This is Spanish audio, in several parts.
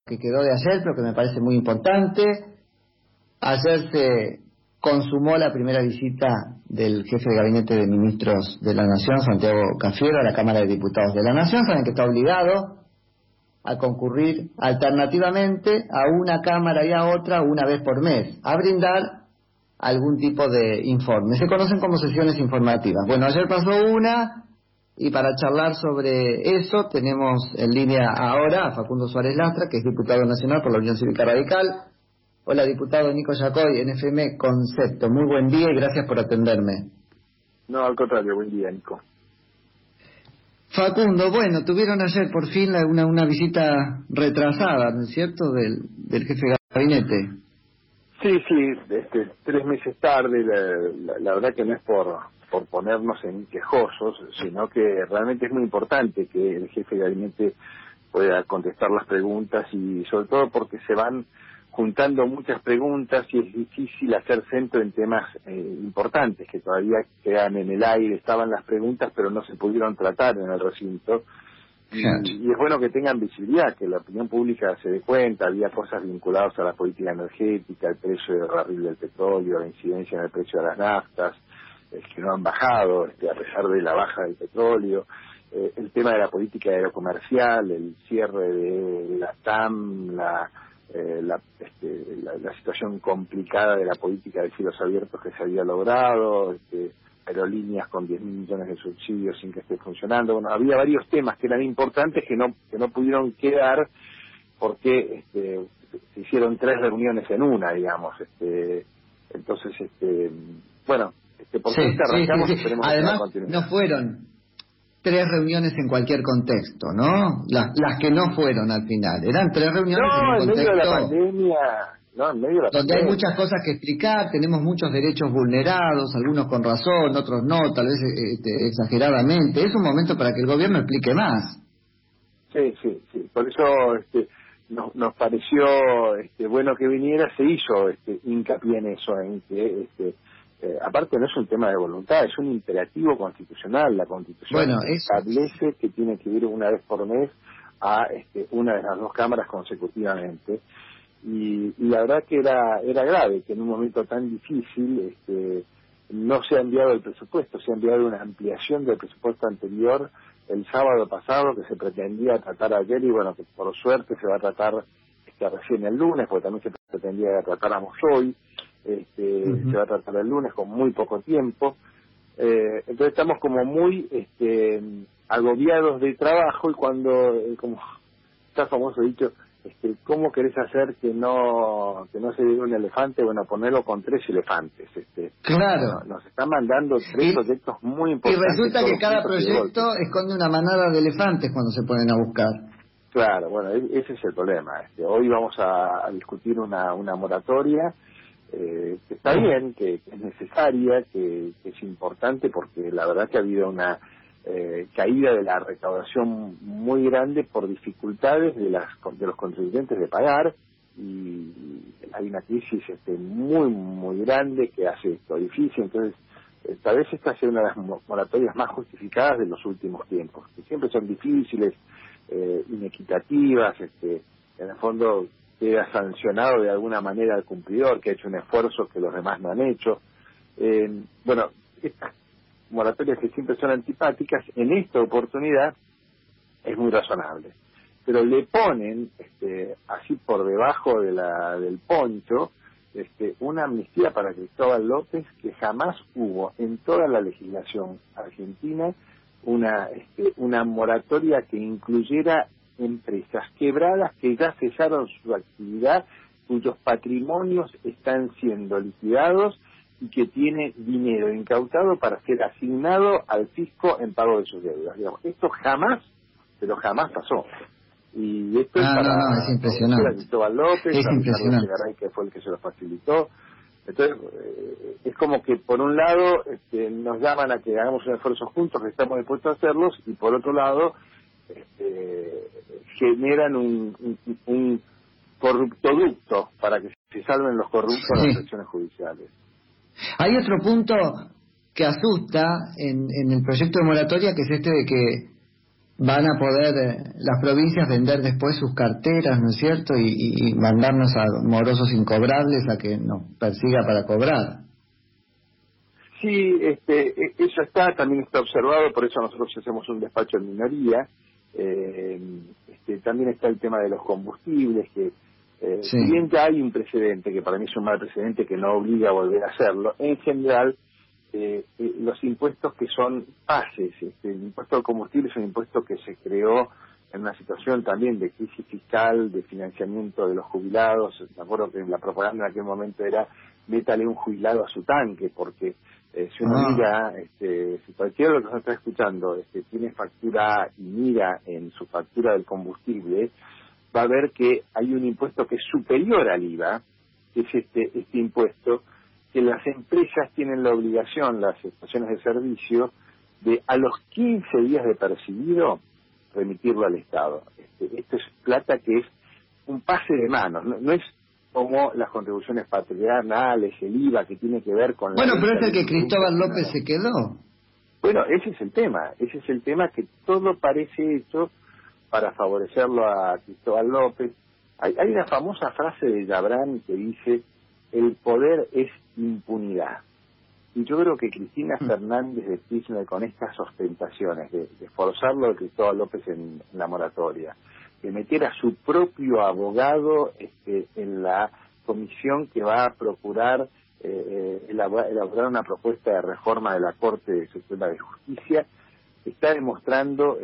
que quedó de ayer, pero que me parece muy importante. Ayer se consumó la primera visita del jefe de gabinete de ministros de la Nación, Santiago Cafiero, a la Cámara de Diputados de la Nación. Saben que está obligado a concurrir alternativamente a una Cámara y a otra una vez por mes, a brindar algún tipo de informe. Se conocen como sesiones informativas. Bueno, ayer pasó una, y para charlar sobre eso tenemos en línea ahora a Facundo Suárez Lastra, que es diputado nacional por la Unión Cívica Radical. Hola, diputado Nico Yacoy, NFM Concepto. Muy buen día y gracias por atenderme. No, al contrario, buen día, Nico. Facundo, bueno, tuvieron ayer por fin una visita retrasada, ¿no es cierto?, del jefe de gabinete. Sí, 3 meses tarde. La verdad que no es por ponernos en quejosos, sino que realmente es muy importante que el jefe de gabinete pueda contestar las preguntas, y sobre todo porque se van juntando muchas preguntas y es difícil hacer centro en temas importantes que todavía quedan en el aire. Estaban las preguntas pero no se pudieron tratar en el recinto, y es bueno que tengan visibilidad, que la opinión pública se dé cuenta. Había cosas vinculadas a la política energética, el precio del barril del petróleo, la incidencia en el precio de las naftas, que no han bajado a pesar de la baja del petróleo, el tema de la política aerocomercial, el cierre de la TAM, la situación complicada de la política de cielos abiertos que se había logrado, aerolíneas con 10.000 millones de subsidios sin que esté funcionando. Bueno, había varios temas que eran importantes que no pudieron quedar porque se hicieron 3 reuniones en una, digamos. Entonces, bueno, por suerte arrancamos. Sí. Esperemos Además, que no fueron 3 reuniones en cualquier contexto, ¿no? Las que no fueron al final. Eran 3 reuniones en un contexto... medio de la pandemia. No, en medio de la donde pandemia. hay muchas cosas que explicar, tenemos muchos derechos vulnerados, algunos con razón, otros no, tal vez exageradamente. Es un momento para que el gobierno explique más. Sí. Por eso nos pareció bueno que viniera. Se hizo hincapié en eso, en que aparte no es un tema de voluntad, es un imperativo constitucional. La Constitución establece que tiene que ir una vez por mes a una de las 2 cámaras consecutivamente, y la verdad que era grave que en un momento tan difícil no se ha enviado el presupuesto. Se ha enviado una ampliación del presupuesto anterior el sábado pasado, que se pretendía tratar ayer, y bueno, que por suerte se va a tratar recién el lunes, porque también se pretendía que tratáramos hoy. Se va a tratar el lunes con muy poco tiempo. Entonces estamos como muy agobiados de trabajo, y cuando, como está el famoso dicho, ¿cómo querés hacer que no se lleve un elefante? Bueno, ponerlo con 3 elefantes. Claro. Nos están mandando 3 proyectos muy importantes. Y resulta que cada proyecto esconde una manada de elefantes cuando se ponen a buscar. Claro, bueno, ese es el problema. Hoy vamos a discutir una moratoria, que está bien, que es necesaria, que es importante, porque la verdad que ha habido una caída de la recaudación muy grande por dificultades de los contribuyentes de pagar, y hay una crisis muy grande que hace esto difícil. Entonces tal vez esta sea una de las moratorias más justificadas de los últimos tiempos, que siempre son difíciles, inequitativas. En el fondo queda sancionado de alguna manera al cumplidor, que ha hecho un esfuerzo que los demás no han hecho. Bueno, estas moratorias que siempre son antipáticas, en esta oportunidad es muy razonable, pero le ponen así por debajo del poncho una amnistía para Cristóbal López que jamás hubo en toda la legislación argentina, una moratoria que incluyera empresas quebradas que ya cesaron su actividad, cuyos patrimonios están siendo liquidados y que tiene dinero incautado para ser asignado al fisco en pago de sus deudas. Digamos, esto jamás, pero jamás pasó. Y esto es es impresionante. Cristóbal López, es a impresionante. Ricardo Segaray, que fue el que se lo facilitó. Entonces, es como que por un lado nos llaman a que hagamos un esfuerzo juntos, que estamos dispuestos a hacerlos, y por otro lado generan un corruptoducto para que se salven los corruptos en las acciones judiciales. Hay otro punto que asusta en el proyecto de moratoria, que es de que van a poder las provincias vender después sus carteras, ¿no es cierto? Y mandarnos a morosos incobrables a que nos persiga para cobrar. Sí, eso también está observado, por eso nosotros hacemos un despacho en minoría. También está el tema de los combustibles, que Sí. si bien ya hay un precedente, que para mí es un mal precedente que no obliga a volver a hacerlo, en general los impuestos que son pases, el impuesto al combustible es un impuesto que se creó en una situación también de crisis fiscal, de financiamiento de los jubilados. Me acuerdo que la propaganda en aquel momento era métale un jubilado a su tanque, porque si uno mira, si cualquiera de los que nos está escuchando tiene factura A y mira en su factura del combustible, va a ver que hay un impuesto que es superior al IVA, que es este impuesto, que las empresas tienen la obligación, las estaciones de servicio, de a los 15 días de percibido remitirlo al Estado. Esto es plata que es un pase de manos, no es como las contribuciones patronales, el IVA, que tiene que ver con la... Bueno, pero es el que Cristóbal López se quedó. Bueno, ese es el tema que todo parece hecho para favorecerlo a Cristóbal López. Hay una famosa frase de Yabrán que dice: el poder es impunidad. Y yo creo que Cristina Fernández de Kirchner, con estas ostentaciones de forzarlo a Cristóbal López en la moratoria, de meter a su propio abogado en la comisión que va a procurar elaborar una propuesta de reforma de la Corte Suprema de Justicia, está demostrando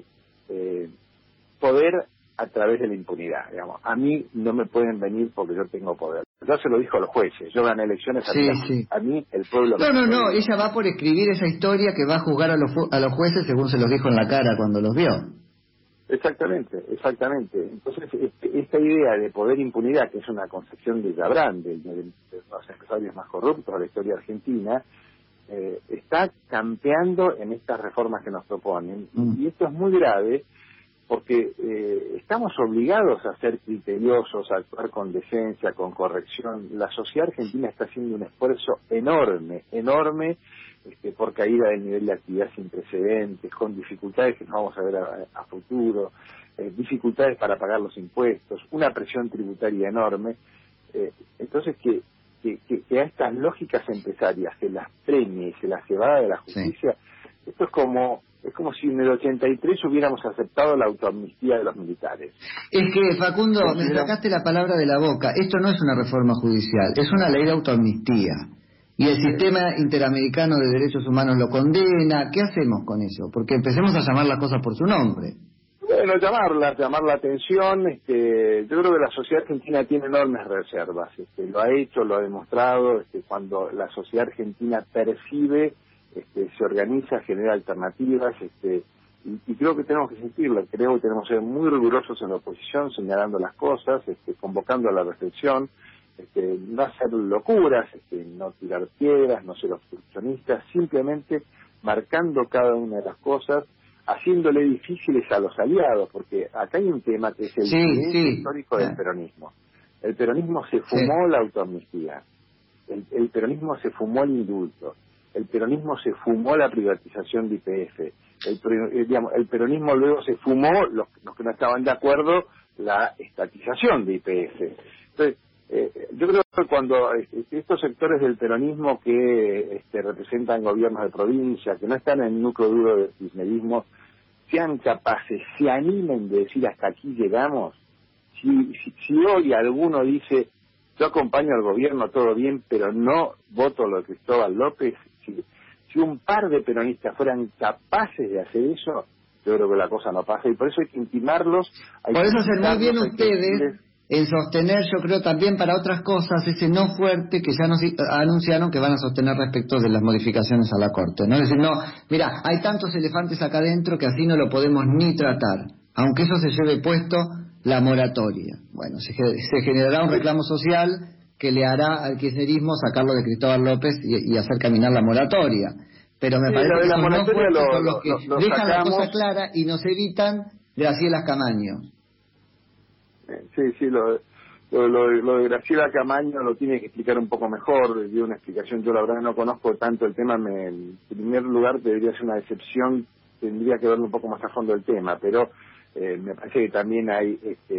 poder a través de la impunidad. Digamos, a mí no me pueden venir porque yo tengo poder. Ya se lo dijo a los jueces, yo gané elecciones, a mí el pueblo... No, ella va por escribir esa historia que va a juzgar a los jueces según se los dijo en la cara cuando los vio. Exactamente. Entonces, esta idea de poder impunidad, que es una concepción de Yabrán, de los empresarios más corruptos de la historia argentina, está campeando en estas reformas que nos proponen. Y esto es muy grave porque estamos obligados a ser criteriosos, a actuar con decencia, con corrección. La sociedad argentina está haciendo un esfuerzo enorme, por caída del nivel de actividad sin precedentes, con dificultades que nos vamos a ver a futuro, dificultades para pagar los impuestos, una presión tributaria enorme. Entonces, que a estas lógicas empresarias se las premie y se las cebada de la justicia, esto es como si en el 83 hubiéramos aceptado la autoamnistía de los militares. Es que, Facundo, me sacaste la palabra de la boca. Esto no es una reforma judicial, es una ley de autoamnistía. Y el sistema interamericano de derechos humanos lo condena. ¿Qué hacemos con eso? Porque empecemos a llamar las cosas por su nombre. Bueno, llamar la atención. Yo creo que la sociedad argentina tiene enormes reservas. Lo ha hecho, lo ha demostrado. Cuando la sociedad argentina percibe, se organiza, genera alternativas, y creo que tenemos que sentirlo. Creo que tenemos que ser muy rigurosos en la oposición, señalando las cosas, convocando a la reflexión, no hacer locuras, no tirar piedras, no ser obstruccionistas, simplemente marcando cada una de las cosas, haciéndole difíciles a los aliados, porque acá hay un tema que es el histórico del peronismo. El peronismo se fumó la autoamnistía, el peronismo se fumó el indulto, el peronismo se fumó la privatización de YPF, el peronismo luego se fumó, los que no estaban de acuerdo, la estatización de YPF. Entonces, yo creo que cuando estos sectores del peronismo que representan gobiernos de provincia, que no están en el núcleo duro del kirchnerismo, sean capaces, se animen de decir hasta aquí llegamos. Si hoy alguno dice yo acompaño al gobierno, todo bien, pero no voto lo de Cristóbal López, si un par de peronistas fueran capaces de hacer eso, yo creo que la cosa no pasa, y por eso hay que intimarlos. Por eso hacen muy bien ustedes en sostener, yo creo también para otras cosas, ese no fuerte que ya nos anunciaron que van a sostener respecto de las modificaciones a la Corte, ¿no? Es decir, no, mira, hay tantos elefantes acá adentro que así no lo podemos ni tratar, aunque eso se lleve puesto la moratoria. Bueno, se generará un reclamo social que le hará al kirchnerismo sacarlo de Cristóbal López y hacer caminar la moratoria. Pero me parece que esos no fuertes son los que dejan la cosa clara y nos evitan Graciela Camaño. Sí, lo de Graciela Camaño lo tiene que explicar un poco mejor, dio una explicación, yo la verdad no conozco tanto el tema, en primer lugar debería ser una decepción tendría que verlo un poco más a fondo el tema, pero me parece que también hay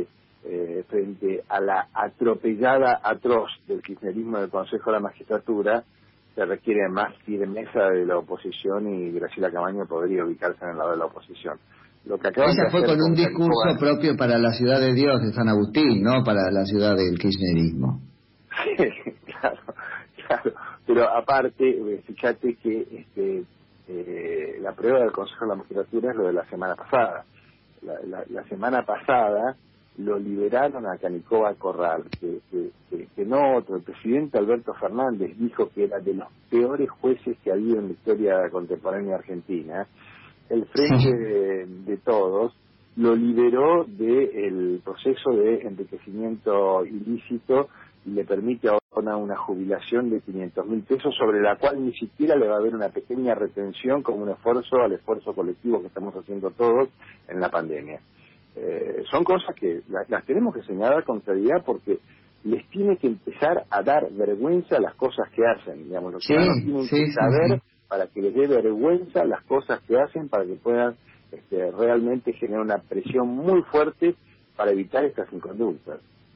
frente a la atropellada atroz del kirchnerismo del Consejo de la Magistratura, se requiere más firmeza de la oposición, y Graciela Camaño podría ubicarse en el lado de la oposición. Lo que acaban de Ella fue hacer con un con discurso propio para la ciudad de Dios de San Agustín, no para la ciudad del kirchnerismo. Sí, claro. Pero aparte, fíjate que la prueba del Consejo de la Magistratura es lo de la semana pasada. La semana pasada lo liberaron a Canicoba Corral, que no otro. El presidente Alberto Fernández dijo que era de los peores jueces que ha habido en la historia contemporánea argentina. El Frente de Todos lo liberó del proceso de enriquecimiento ilícito y le permite ahora una jubilación de 500.000 pesos, sobre la cual ni siquiera le va a haber una pequeña retención como un esfuerzo al esfuerzo colectivo que estamos haciendo todos en la pandemia. Son cosas que las tenemos que señalar con claridad, porque les tiene que empezar a dar vergüenza las cosas que hacen, digamos, los ciudadanos tienen que saber para que les dé vergüenza las cosas que hacen, para que puedan realmente generar una presión muy fuerte para evitar estas inconductas.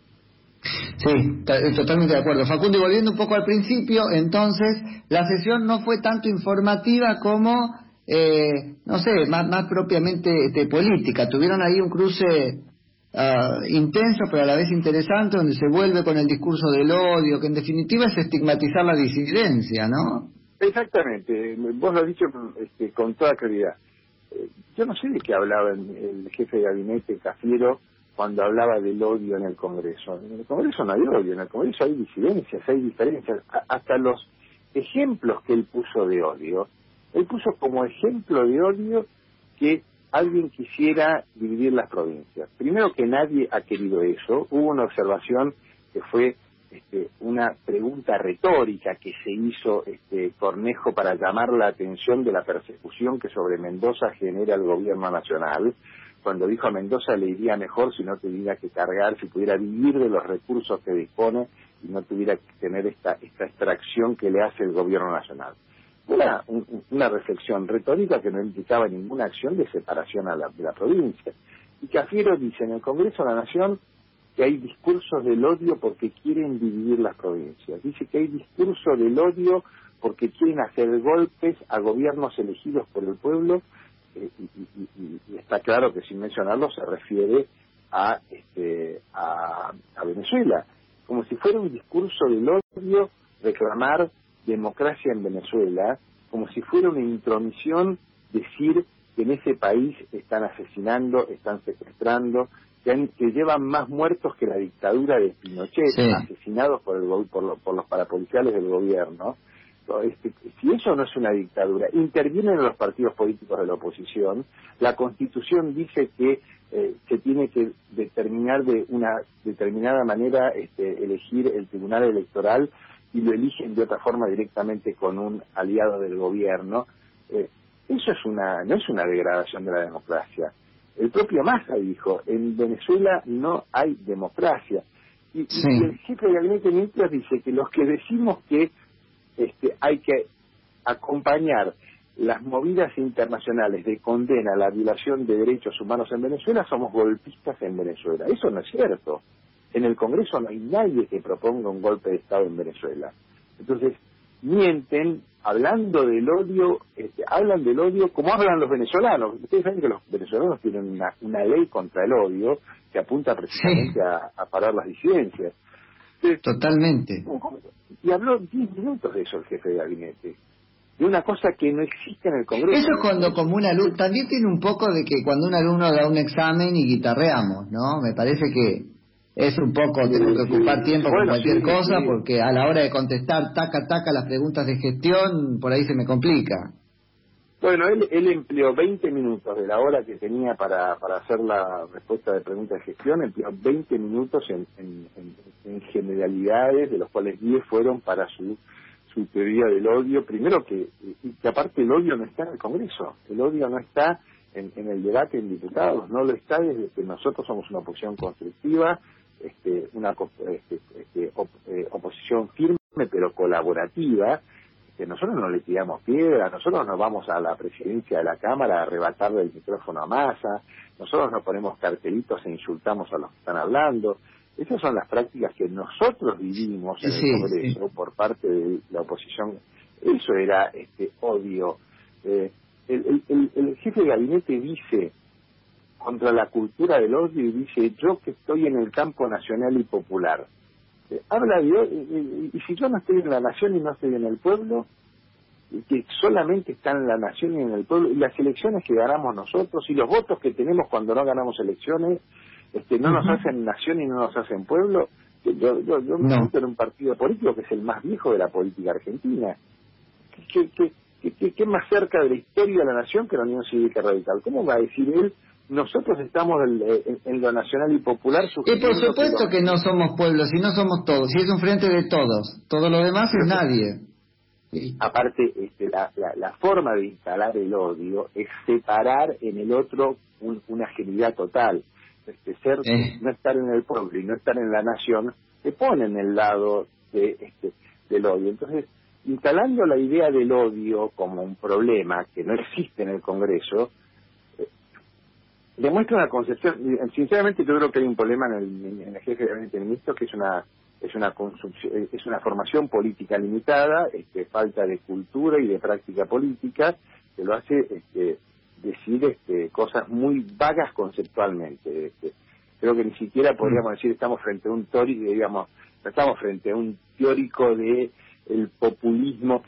Sí, totalmente de acuerdo. Facundo, y volviendo un poco al principio, entonces, la sesión no fue tanto informativa como, no sé, más propiamente política. Tuvieron ahí un cruce intenso, pero a la vez interesante, donde se vuelve con el discurso del odio, que en definitiva es estigmatizar la disidencia, ¿no? Exactamente, vos lo has dicho con toda claridad. Yo no sé de qué hablaba el jefe de gabinete Cafiero cuando hablaba del odio en el Congreso. En el Congreso no hay odio, en el Congreso hay disidencias, hay diferencias. Hasta los ejemplos que él puso de odio, él puso como ejemplo de odio que alguien quisiera dividir las provincias. Primero, que nadie ha querido eso. Hubo una observación que fue una pregunta retórica que se hizo Cornejo para llamar la atención de la persecución que sobre Mendoza genera el gobierno nacional, cuando dijo a Mendoza le iría mejor si no tuviera que cargar, si pudiera vivir de los recursos que dispone y no tuviera que tener esta extracción que le hace el gobierno nacional. Una reflexión retórica que no implicaba ninguna acción de separación de la provincia. Y Cafiero dice en el Congreso de la Nación que hay discursos del odio porque quieren dividir las provincias. Dice que hay discurso del odio porque quieren hacer golpes a gobiernos elegidos por el pueblo, y está claro que sin mencionarlo se refiere a Venezuela, como si fuera un discurso del odio reclamar democracia en Venezuela, como si fuera una intromisión decir que en ese país están asesinando, están secuestrando, que llevan más muertos que la dictadura de Pinochet, asesinados por los parapoliciales del gobierno. Si eso no es una dictadura, intervienen los partidos políticos de la oposición. La Constitución dice que se tiene que determinar de una determinada manera elegir el Tribunal Electoral, y lo eligen de otra forma directamente con un aliado del gobierno. Eso no es una degradación de la democracia. El propio Massa dijo, en Venezuela no hay democracia. Y el jefe de gabinete de ministros dice que los que decimos que hay que acompañar las movidas internacionales de condena a la violación de derechos humanos en Venezuela somos golpistas en Venezuela. Eso no es cierto. En el Congreso no hay nadie que proponga un golpe de Estado en Venezuela. Entonces, mienten hablando del odio, hablan del odio como hablan los venezolanos. Ustedes saben que los venezolanos tienen una ley contra el odio que apunta precisamente a parar las disidencias. Entonces, totalmente. Y habló 10 minutos de eso el jefe de gabinete, de una cosa que no existe en el Congreso. Eso es cuando, como un alumno, también tiene un poco de que cuando un alumno da un examen y guitarreamos, ¿no? Me parece que es un poco, tengo que ocupar tiempo con cualquier cosa, porque a la hora de contestar taca las preguntas de gestión, por ahí se me complica. Bueno, él empleó 20 minutos de la hora que tenía para hacer la respuesta de preguntas de gestión, empleó 20 minutos en generalidades, de los cuales 10 fueron para su teoría del odio. Primero que aparte el odio no está en el Congreso, el odio no está en el debate en diputados, no lo está desde que nosotros somos una oposición constructiva, una oposición firme pero colaborativa, nosotros no le tiramos piedra, nosotros no vamos a la presidencia de la Cámara a arrebatarle el micrófono a Massa, nosotros no ponemos cartelitos e insultamos a los que están hablando. Esas son las prácticas que nosotros vivimos en el Congreso por parte de la oposición. Eso era odio. El jefe de gabinete dice contra la cultura del odio y dice: yo que estoy en el campo nacional y popular. Habla de, y si yo no estoy en la nación y no estoy en el pueblo, que solamente están en la nación y en el pueblo, y las elecciones que ganamos nosotros y los votos que tenemos cuando no ganamos elecciones, no nos hacen nación y no nos hacen pueblo. Yo me siento en un partido político que es el más viejo de la política argentina. ¿Qué más cerca de la historia de la nación que la Unión Cívica Radical? ¿Cómo va a decir él? Nosotros estamos en lo nacional y popular. Y por supuesto que no somos pueblos, si no somos todos, si es un frente de todos, todo lo demás es nadie. Sí. Aparte, la forma de instalar el odio es separar en el otro una agilidad total. No estar en el pueblo y no estar en la nación, se pone en el lado del odio. Entonces, instalando la idea del odio como un problema que no existe en el Congreso, demuestra una concepción. Sinceramente, yo creo que hay un problema en el jefe de gabinete de ministros, que es una formación política limitada, falta de cultura y de práctica política, que lo hace decir cosas muy vagas conceptualmente. Creo que ni siquiera podríamos decir estamos frente a un teórico de el populismo